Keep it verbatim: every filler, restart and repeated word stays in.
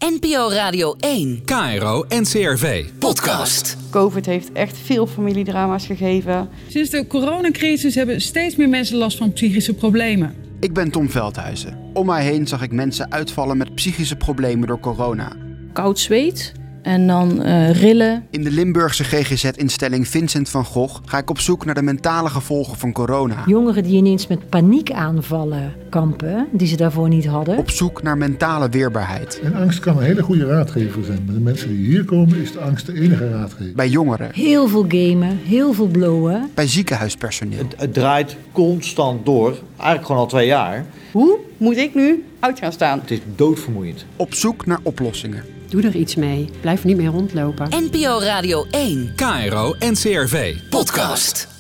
N P O Radio één. K R O N C R V. Podcast. COVID heeft echt veel familiedrama's gegeven. Sinds de coronacrisis hebben steeds meer mensen last van psychische problemen. Ik ben Tom Veldhuizen. Om mij heen zag ik mensen uitvallen met psychische problemen door corona. Koud zweet en dan uh, rillen. In de Limburgse G G Z-instelling Vincent van Gogh ga ik op zoek naar de mentale gevolgen van corona. Jongeren die ineens met paniekaanvallen kampen, die ze daarvoor niet hadden. Op zoek naar mentale weerbaarheid. En angst kan een hele goede raadgever zijn. Maar de mensen die hier komen, is de angst de enige raadgever. Bij jongeren. Heel veel gamen, heel veel blowen. Bij ziekenhuispersoneel. Het, het draait constant door, eigenlijk gewoon al twee jaar. Hoe moet ik nu uit gaan staan? Het is doodvermoeiend. Op zoek naar oplossingen. Doe er iets mee. Blijf niet meer rondlopen. N P O Radio één. K R O N C R V. Podcast.